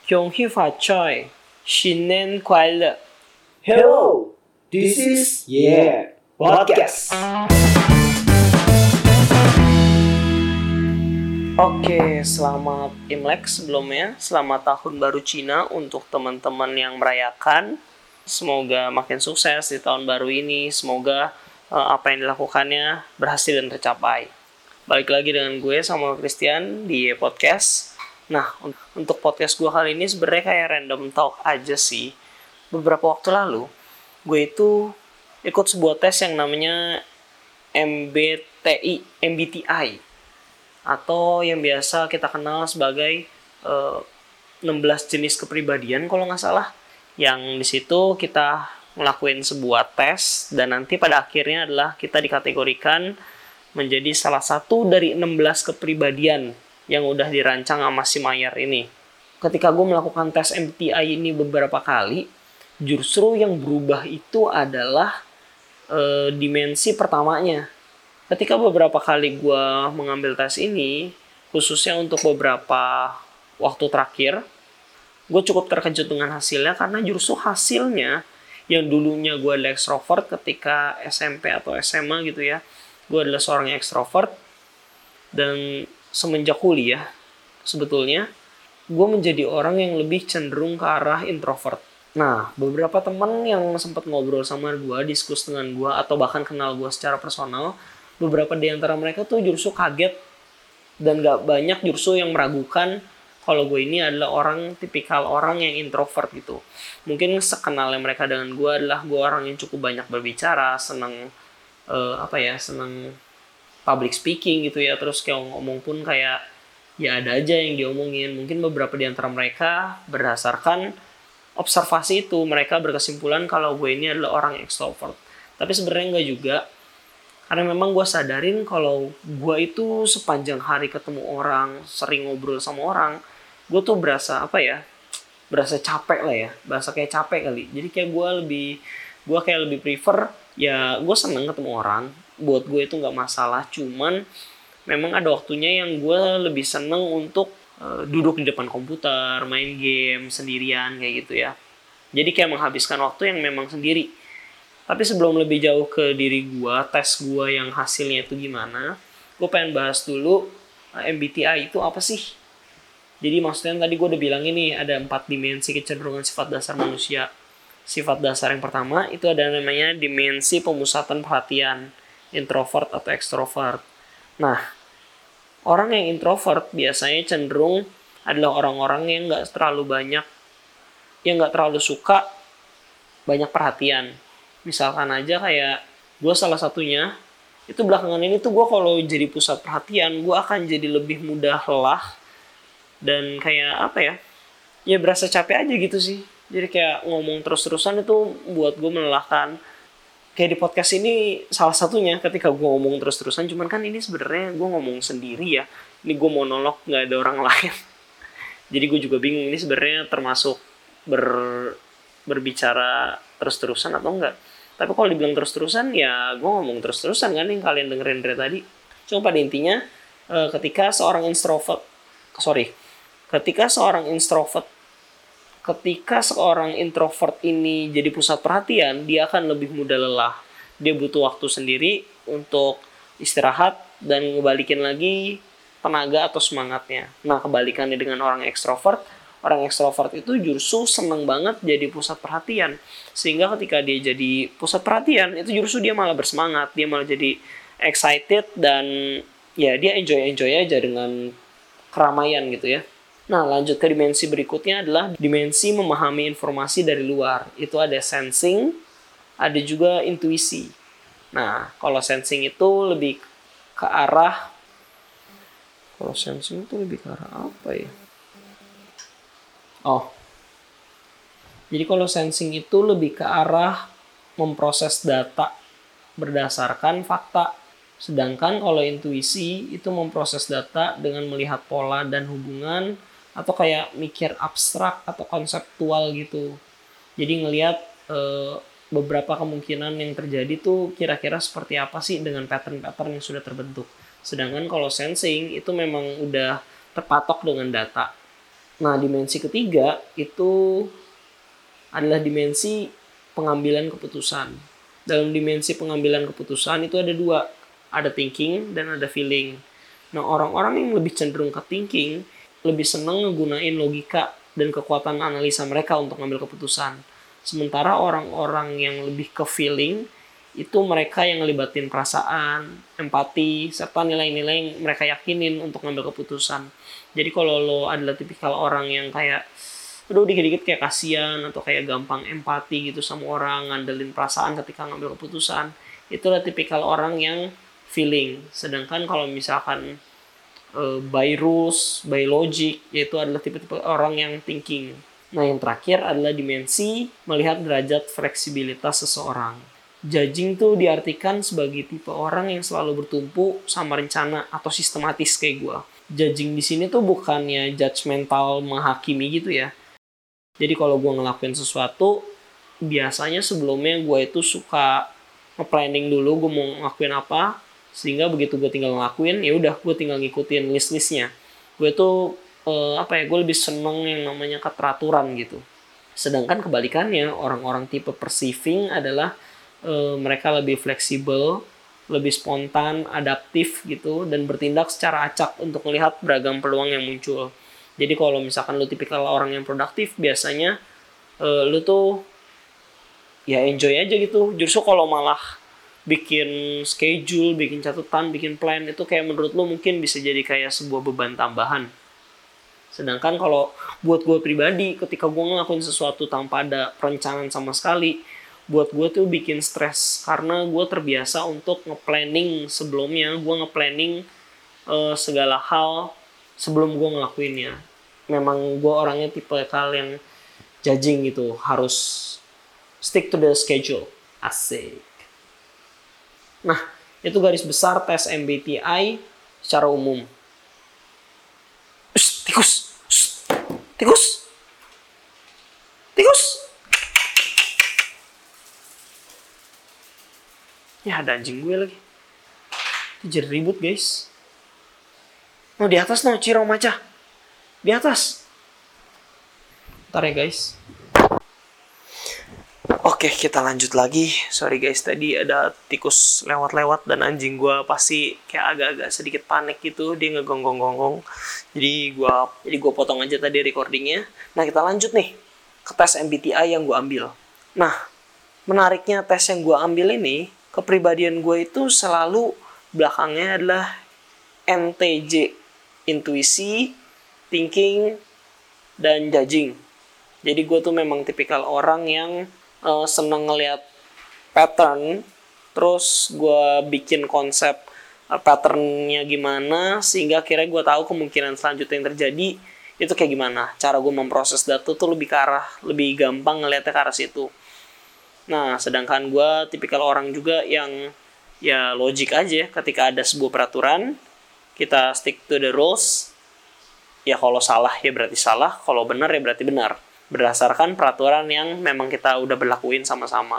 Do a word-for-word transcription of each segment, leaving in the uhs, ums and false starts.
恭喜发财，新年快乐。 Hello, this is Yeah Podcast. Oke, selamat Imlek sebelumnya. Selamat Tahun Baru Cina untuk teman-teman yang merayakan. Semoga makin sukses di tahun baru ini. Semoga uh, apa yang dilakukannya berhasil dan tercapai. Balik lagi dengan gue Samuel Christian di Yeah Podcast. Nah, untuk podcast gue kali ini sebenarnya kayak random talk aja sih. Beberapa waktu lalu, gue itu ikut sebuah tes yang namanya M B T I, M B T I. Atau yang biasa kita kenal sebagai uh, enam belas jenis kepribadian kalau nggak salah. Yang di situ kita ngelakuin sebuah tes dan nanti pada akhirnya adalah kita dikategorikan menjadi salah satu dari enam belas kepribadian yang udah dirancang sama si Mayer ini. Ketika gue melakukan tes M B T I ini beberapa kali, justru yang berubah itu adalah uh, dimensi pertamanya. Ketika beberapa kali gue mengambil tes ini, khususnya untuk beberapa waktu terakhir, gue cukup terkejut dengan hasilnya karena justru hasilnya yang dulunya gue adalah ekstrovert ketika S M P atau S M A gitu ya, gue adalah seorang yang ekstrovert, dan semenjak kuliah sebetulnya gue menjadi orang yang lebih cenderung ke arah introvert. Nah, beberapa teman yang sempat ngobrol sama gue, diskus dengan gue, atau bahkan kenal gue secara personal, beberapa di antara mereka tuh justru kaget dan gak banyak justru yang meragukan kalau gue ini adalah orang tipikal orang yang introvert gitu. Mungkin sekenalnya mereka dengan gue adalah gue orang yang cukup banyak berbicara, senang uh, apa ya, senang public speaking gitu ya. Terus kayak ngomong pun kayak ya ada aja yang diomongin. Mungkin beberapa di antara mereka berdasarkan observasi itu mereka berkesimpulan kalau gue ini adalah orang extrovert. Tapi sebenarnya enggak juga. Karena memang gue sadarin kalau gue itu sepanjang hari ketemu orang, sering ngobrol sama orang, gue tuh berasa apa ya, berasa capek lah ya, berasa kayak capek kali. Jadi kayak gue lebih, gue kayak lebih prefer, ya gue seneng ketemu orang, buat gue itu nggak masalah. Cuman memang ada waktunya yang gue lebih seneng untuk uh, duduk di depan komputer, main game sendirian kayak gitu ya. Jadi kayak menghabiskan waktu yang memang sendiri. Tapi sebelum lebih jauh ke diri gue, tes gue yang hasilnya itu gimana, gue pengen bahas dulu M B T I itu apa sih. Jadi maksudnya tadi gue udah bilang ini ada empat dimensi kecenderungan sifat dasar manusia. Sifat dasar yang pertama itu ada namanya dimensi pemusatan perhatian, introvert atau extrovert. Nah, orang yang introvert biasanya cenderung adalah orang-orang yang gak terlalu banyak, yang gak terlalu suka banyak perhatian. Misalkan aja kayak gue salah satunya, itu belakangan ini tuh gue kalau jadi pusat perhatian, gue akan jadi lebih mudah lelah. Dan kayak apa ya, ya berasa capek aja gitu sih. Jadi kayak ngomong terus-terusan itu buat gue melelahkan. Kayak di podcast ini salah satunya ketika gue ngomong terus-terusan, cuman kan ini sebenarnya gue ngomong sendiri ya. Ini gue monolog, gak ada orang lain. Jadi gue juga bingung ini sebenarnya termasuk ber, berbicara terus-terusan atau enggak. Tapi kalau dibilang terus-terusan, ya gue ngomong terus-terusan kan yang kalian dengerin dari tadi. Cuma pada intinya, ketika seorang introvert, sorry, ketika seorang introvert, ketika seorang introvert ini jadi pusat perhatian, dia akan lebih mudah lelah. Dia butuh waktu sendiri untuk istirahat dan ngebalikin lagi tenaga atau semangatnya. Nah, kebalikannya dengan orang ekstrovert, orang ekstrovert itu justru seneng banget jadi pusat perhatian. Sehingga ketika dia jadi pusat perhatian, itu justru dia malah bersemangat. Dia malah jadi excited dan ya dia enjoy-enjoy aja dengan keramaian gitu ya. Nah, lanjut ke dimensi berikutnya adalah dimensi memahami informasi dari luar. Itu ada sensing, ada juga intuisi. Nah, kalau sensing itu lebih ke arah... Kalau sensing itu lebih ke arah apa ya? Oh, jadi kalau sensing itu lebih ke arah memproses data berdasarkan fakta. Sedangkan kalau intuisi itu memproses data dengan melihat pola dan hubungan atau kayak mikir abstrak atau konseptual gitu. Jadi ngelihat e, beberapa kemungkinan yang terjadi tuh kira-kira seperti apa sih dengan pattern-pattern yang sudah terbentuk. Sedangkan kalau sensing itu memang udah terpatok dengan data. Nah, dimensi ketiga itu adalah dimensi pengambilan keputusan. Dalam dimensi pengambilan keputusan itu ada dua, ada thinking dan ada feeling. Nah, orang-orang yang lebih cenderung ke thinking lebih senang ngegunain logika dan kekuatan analisa mereka untuk ngambil keputusan. Sementara orang-orang yang lebih ke feeling itu mereka yang ngelibatin perasaan, empati, serta nilai-nilai yang mereka yakinin untuk ngambil keputusan. Jadi kalau lo adalah tipikal orang yang kayak aduh dikit-dikit kayak kasihan atau kayak gampang empati gitu sama orang, ngandelin perasaan ketika ngambil keputusan, itulah tipikal orang yang feeling. Sedangkan kalau misalkan uh, by rules, by logic, yaitu adalah tipe-tipe orang yang thinking. Nah, yang terakhir adalah dimensi melihat derajat fleksibilitas seseorang. Judging tuh diartikan sebagai tipe orang yang selalu bertumpu sama rencana atau sistematis kayak gue. Judging di sini tuh bukannya judgmental menghakimi gitu ya. Jadi kalau gue ngelakuin sesuatu, biasanya sebelumnya gue itu suka nge-planning dulu gue mau ngelakuin apa, sehingga begitu gue tinggal ngelakuin, ya udah gue tinggal ngikutin list-listnya. Gue tuh eh, apa ya, gue lebih seneng yang namanya keteraturan gitu. Sedangkan kebalikannya, orang-orang tipe perceiving adalah eh, mereka lebih fleksibel, lebih spontan, adaptif gitu, dan bertindak secara acak untuk melihat beragam peluang yang muncul. Jadi kalau misalkan lu tipikal orang yang produktif, biasanya uh, lu tuh ya enjoy aja gitu. Justru kalau malah bikin schedule, bikin catatan, bikin plan, itu kayak menurut lu mungkin bisa jadi kayak sebuah beban tambahan. Sedangkan kalau buat gue pribadi, ketika gue ngelakuin sesuatu tanpa ada perencanaan sama sekali, buat gue tuh bikin stres. Karena gue terbiasa untuk nge-planning sebelumnya, gue nge-planning uh, segala hal sebelum gue ngelakuinnya. Memang gue orangnya tipe kal yang judging gitu, harus stick to the schedule. Asik. Nah, itu garis besar tes M B T I secara umum. Ush, tikus, Ush, tikus, tikus. Ya ada anjing gue lagi. Itu jadi ribut guys. No, di atas no, Ciro maca. Di atas. Ntar ya guys. Oke, kita lanjut lagi. Sorry guys, tadi ada tikus lewat-lewat dan anjing gue pasti kayak agak-agak sedikit panik gitu. Dia ngegonggong-gonggong. Jadi gue jadi gue potong aja tadi recordingnya. Nah, kita lanjut nih ke tes M B T I yang gue ambil. Nah, menariknya tes yang gue ambil ini, kepribadian gue itu selalu belakangnya adalah N T J. Intuisi, thinking, dan judging. Jadi gue tuh memang tipikal orang yang uh, seneng ngeliat pattern, terus gue bikin konsep uh, patternnya gimana, sehingga akhirnya gue tahu kemungkinan selanjutnya yang terjadi itu kayak gimana. Cara gue memproses data tuh lebih ke arah, lebih gampang ngeliatnya ke arah situ. Nah, sedangkan gue tipikal orang juga yang ya logik aja ketika ada sebuah peraturan, kita stick to the rules. Ya kalau salah ya berarti salah, kalau benar ya berarti benar. Berdasarkan peraturan yang memang kita udah berlakuin sama-sama.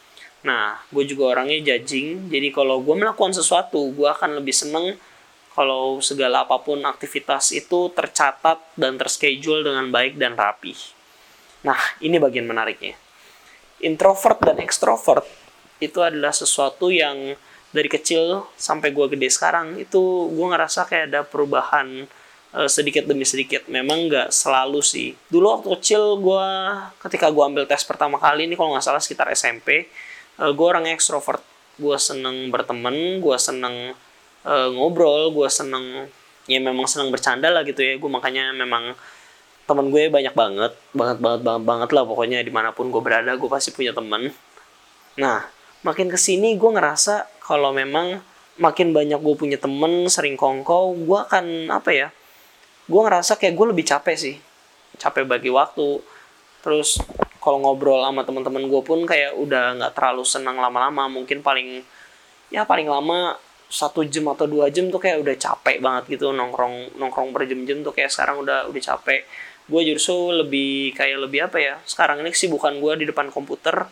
Nah, gue juga orangnya judging. Jadi kalau gue melakukan sesuatu, gue akan lebih seneng kalau segala apapun aktivitas itu tercatat dan terschedule dengan baik dan rapi. Nah, ini bagian menariknya. Introvert dan extrovert itu adalah sesuatu yang dari kecil sampai gue gede sekarang itu gue ngerasa kayak ada perubahan uh, sedikit demi sedikit. Memang nggak selalu sih. Dulu waktu kecil gue ketika gue ambil tes pertama kali ini kalau nggak salah sekitar S M P, uh, gue orang ekstrovert. Gue seneng berteman, gue seneng uh, ngobrol, gue seneng ya memang seneng bercanda lah gitu ya. Gue makanya memang teman gue banyak banget, banget banget banget banget lah pokoknya dimanapun gue berada gue pasti punya teman. Nah, makin kesini gue ngerasa kalau memang makin banyak gue punya temen, sering kongkow, gue akan apa ya, gue ngerasa kayak gue lebih capek sih, capek bagi waktu. Terus kalau ngobrol sama teman-teman gue pun kayak udah nggak terlalu senang lama-lama, mungkin paling ya paling lama satu jam atau dua jam tuh kayak udah capek banget gitu, nongkrong nongkrong berjam-jam tuh kayak sekarang udah udah capek. Gue justru lebih kayak lebih apa ya, sekarang ini kesibukan gue di depan komputer.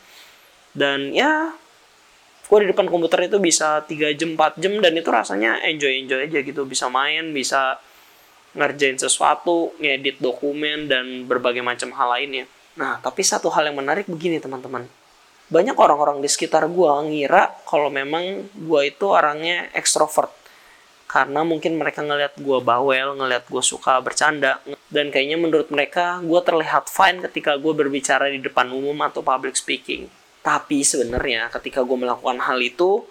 Dan ya gue di depan komputer itu bisa tiga jam, empat jam dan itu rasanya enjoy-enjoy aja gitu. Bisa main, bisa ngerjain sesuatu, ngedit dokumen, dan berbagai macam hal lainnya. Nah, tapi satu hal yang menarik begini teman-teman. Banyak orang-orang di sekitar gue ngira kalau memang gue itu orangnya ekstrovert. Karena mungkin mereka ngelihat gue bawel, ngelihat gue suka bercanda. Dan kayaknya menurut mereka gue terlihat fine ketika gue berbicara di depan umum atau public speaking. Tapi sebenarnya ketika gue melakukan hal itu,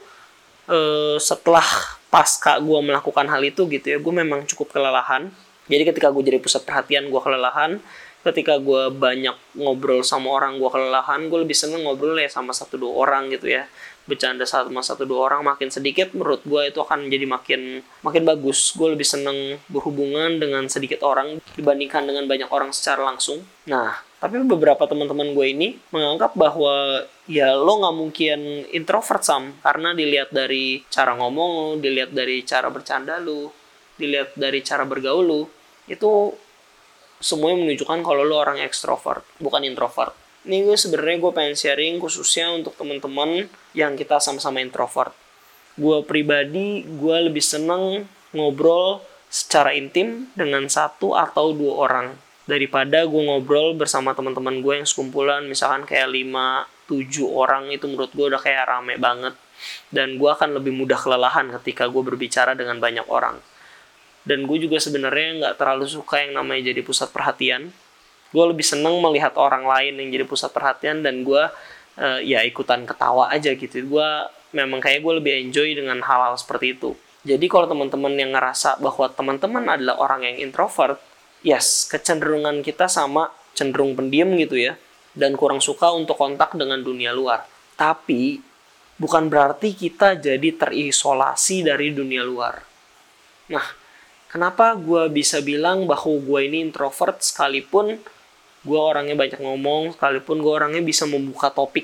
eh, setelah pasca gue melakukan hal itu gitu ya, gue memang cukup kelelahan. Jadi ketika gue jadi pusat perhatian, gue kelelahan. Ketika gue banyak ngobrol sama orang, gue kelelahan. Gue lebih seneng ngobrol ya sama satu dua orang gitu ya. Bercanda sama satu dua orang makin sedikit, menurut gue itu akan jadi makin makin bagus. Gue lebih seneng berhubungan dengan sedikit orang dibandingkan dengan banyak orang secara langsung. Nah, tapi beberapa teman-teman gue ini menganggap bahwa ya lo nggak mungkin introvert Sam, karena dilihat dari cara ngomong lo, dilihat dari cara bercanda lo, dilihat dari cara bergaul lo, itu semuanya menunjukkan kalau lo orang ekstrovert, bukan introvert. Ini gue sebenarnya gue pengen sharing khususnya untuk teman-teman yang kita sama-sama introvert. Gue pribadi, gue lebih seneng ngobrol secara intim dengan satu atau dua orang daripada gue ngobrol bersama teman-teman gue yang sekumpulan, misalkan kayak lima, tujuh orang. Itu menurut gue udah kayak rame banget. Dan gue akan lebih mudah kelelahan ketika gue berbicara dengan banyak orang. Dan gue juga sebenarnya nggak terlalu suka yang namanya jadi pusat perhatian. Gue lebih seneng melihat orang lain yang jadi pusat perhatian dan gue uh, ya ikutan ketawa aja gitu. Gue memang kayak gue lebih enjoy dengan hal-hal seperti itu. Jadi kalau teman-teman yang ngerasa bahwa teman-teman adalah orang yang introvert, yes, kecenderungan kita sama cenderung pendiam gitu ya, dan kurang suka untuk kontak dengan dunia luar. Tapi bukan berarti kita jadi terisolasi dari dunia luar. Nah, kenapa gue bisa bilang bahwa gue ini introvert sekalipun gue orangnya banyak ngomong, sekalipun gue orangnya bisa membuka topik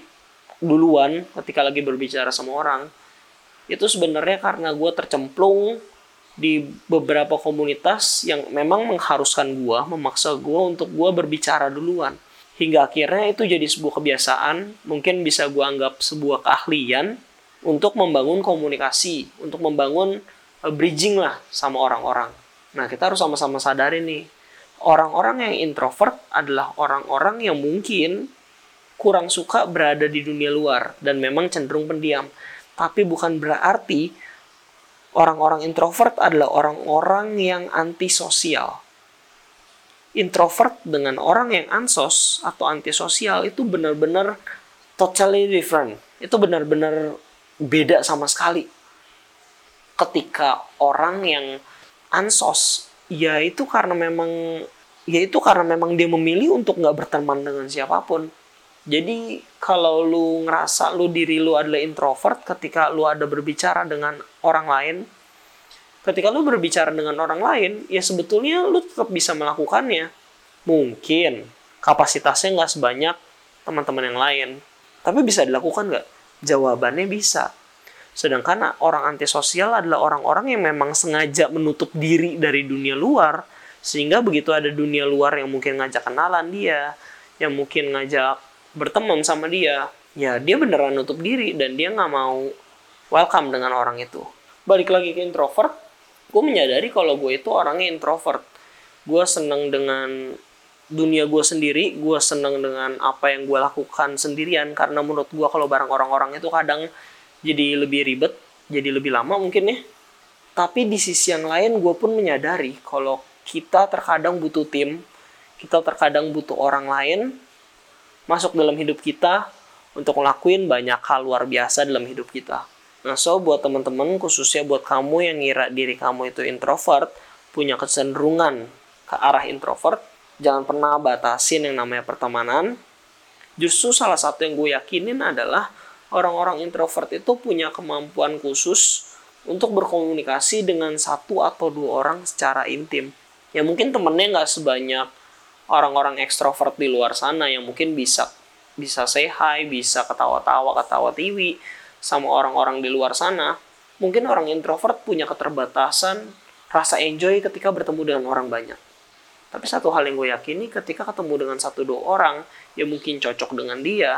duluan ketika lagi berbicara sama orang? Itu sebenarnya karena gue tercemplung di beberapa komunitas yang memang mengharuskan gue, memaksa gue untuk gue berbicara duluan. Hingga akhirnya itu jadi sebuah kebiasaan, mungkin bisa gue anggap sebuah keahlian untuk membangun komunikasi, untuk membangun bridging lah sama orang-orang. Nah, kita harus sama-sama sadari nih, orang-orang yang introvert adalah orang-orang yang mungkin kurang suka berada di dunia luar dan memang cenderung pendiam. Tapi bukan berarti orang-orang introvert adalah orang-orang yang antisosial. Introvert dengan orang yang ansos atau antisosial itu benar-benar totally different. Itu benar-benar beda sama sekali. Ketika orang yang ansos, ya itu karena memang ya itu karena memang dia memilih untuk nggak berteman dengan siapapun. Jadi kalau lu ngerasa lu diri lu adalah introvert ketika lu ada berbicara dengan orang lain, ketika lu berbicara dengan orang lain, ya sebetulnya lu tetap bisa melakukannya. Mungkin kapasitasnya nggak sebanyak teman-teman yang lain, tapi bisa dilakukan nggak? Jawabannya bisa. Sedangkan orang antisosial adalah orang-orang yang memang sengaja menutup diri dari dunia luar, sehingga begitu ada dunia luar yang mungkin ngajak kenalan dia, yang mungkin ngajak berteman sama dia, ya dia beneran nutup diri dan dia nggak mau welcome dengan orang itu. Balik lagi ke introvert, gue menyadari kalau gue itu orangnya introvert. Gue seneng dengan dunia gue sendiri, gue seneng dengan apa yang gue lakukan sendirian, karena menurut gue kalau bareng orang-orang itu kadang jadi lebih ribet, jadi lebih lama mungkin ya. Tapi di sisi yang lain gue pun menyadari kalau kita terkadang butuh tim, kita terkadang butuh orang lain masuk dalam hidup kita untuk ngelakuin banyak hal luar biasa dalam hidup kita. Nah, so buat teman-teman, khususnya buat kamu yang ngira diri kamu itu introvert, punya kecenderungan ke arah introvert, jangan pernah batasin yang namanya pertemanan. Justru salah satu yang gue yakinin adalah orang-orang introvert itu punya kemampuan khusus untuk berkomunikasi dengan satu atau dua orang secara intim. Ya mungkin temennya nggak sebanyak orang-orang ekstrovert di luar sana yang mungkin bisa bisa say hi, bisa ketawa-tawa, ketawa tiwi sama orang-orang di luar sana. Mungkin orang introvert punya keterbatasan rasa enjoy ketika bertemu dengan orang banyak. Tapi satu hal yang gue yakini, ketika ketemu dengan satu dua orang yang mungkin cocok dengan dia,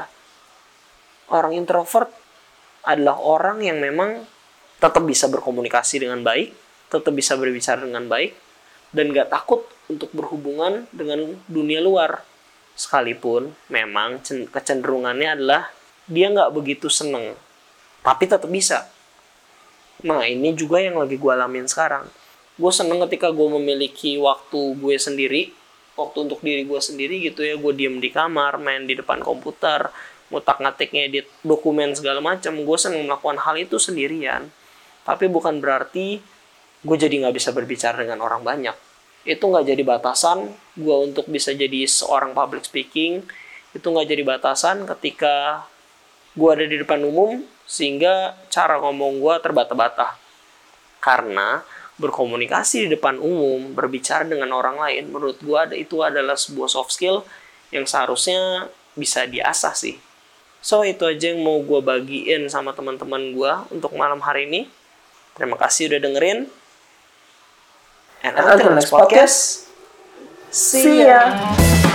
orang introvert adalah orang yang memang tetap bisa berkomunikasi dengan baik, tetap bisa berbicara dengan baik, dan gak takut untuk berhubungan dengan dunia luar. Sekalipun memang kecenderungannya adalah dia gak begitu seneng, tapi tetap bisa. Nah, ini juga yang lagi gue alamin sekarang. Gue seneng ketika gue memiliki waktu gue sendiri, waktu untuk diri gue sendiri gitu ya. Gue diem di kamar, main di depan komputer, ngutak-ngatik, ngedit dokumen segala macam. Gue seneng melakukan hal itu sendirian. Tapi bukan berarti gue jadi gak bisa berbicara dengan orang banyak. Itu gak jadi batasan gue untuk bisa jadi seorang public speaking. Itu gak jadi batasan ketika gue ada di depan umum, sehingga cara ngomong gue terbata-bata. Karena berkomunikasi di depan umum, berbicara dengan orang lain, menurut gue itu adalah sebuah soft skill yang seharusnya bisa diasah sih. So, itu aja yang mau gue bagiin sama teman-teman gue untuk malam hari ini. Terima kasih udah dengerin. And until next podcast, see ya!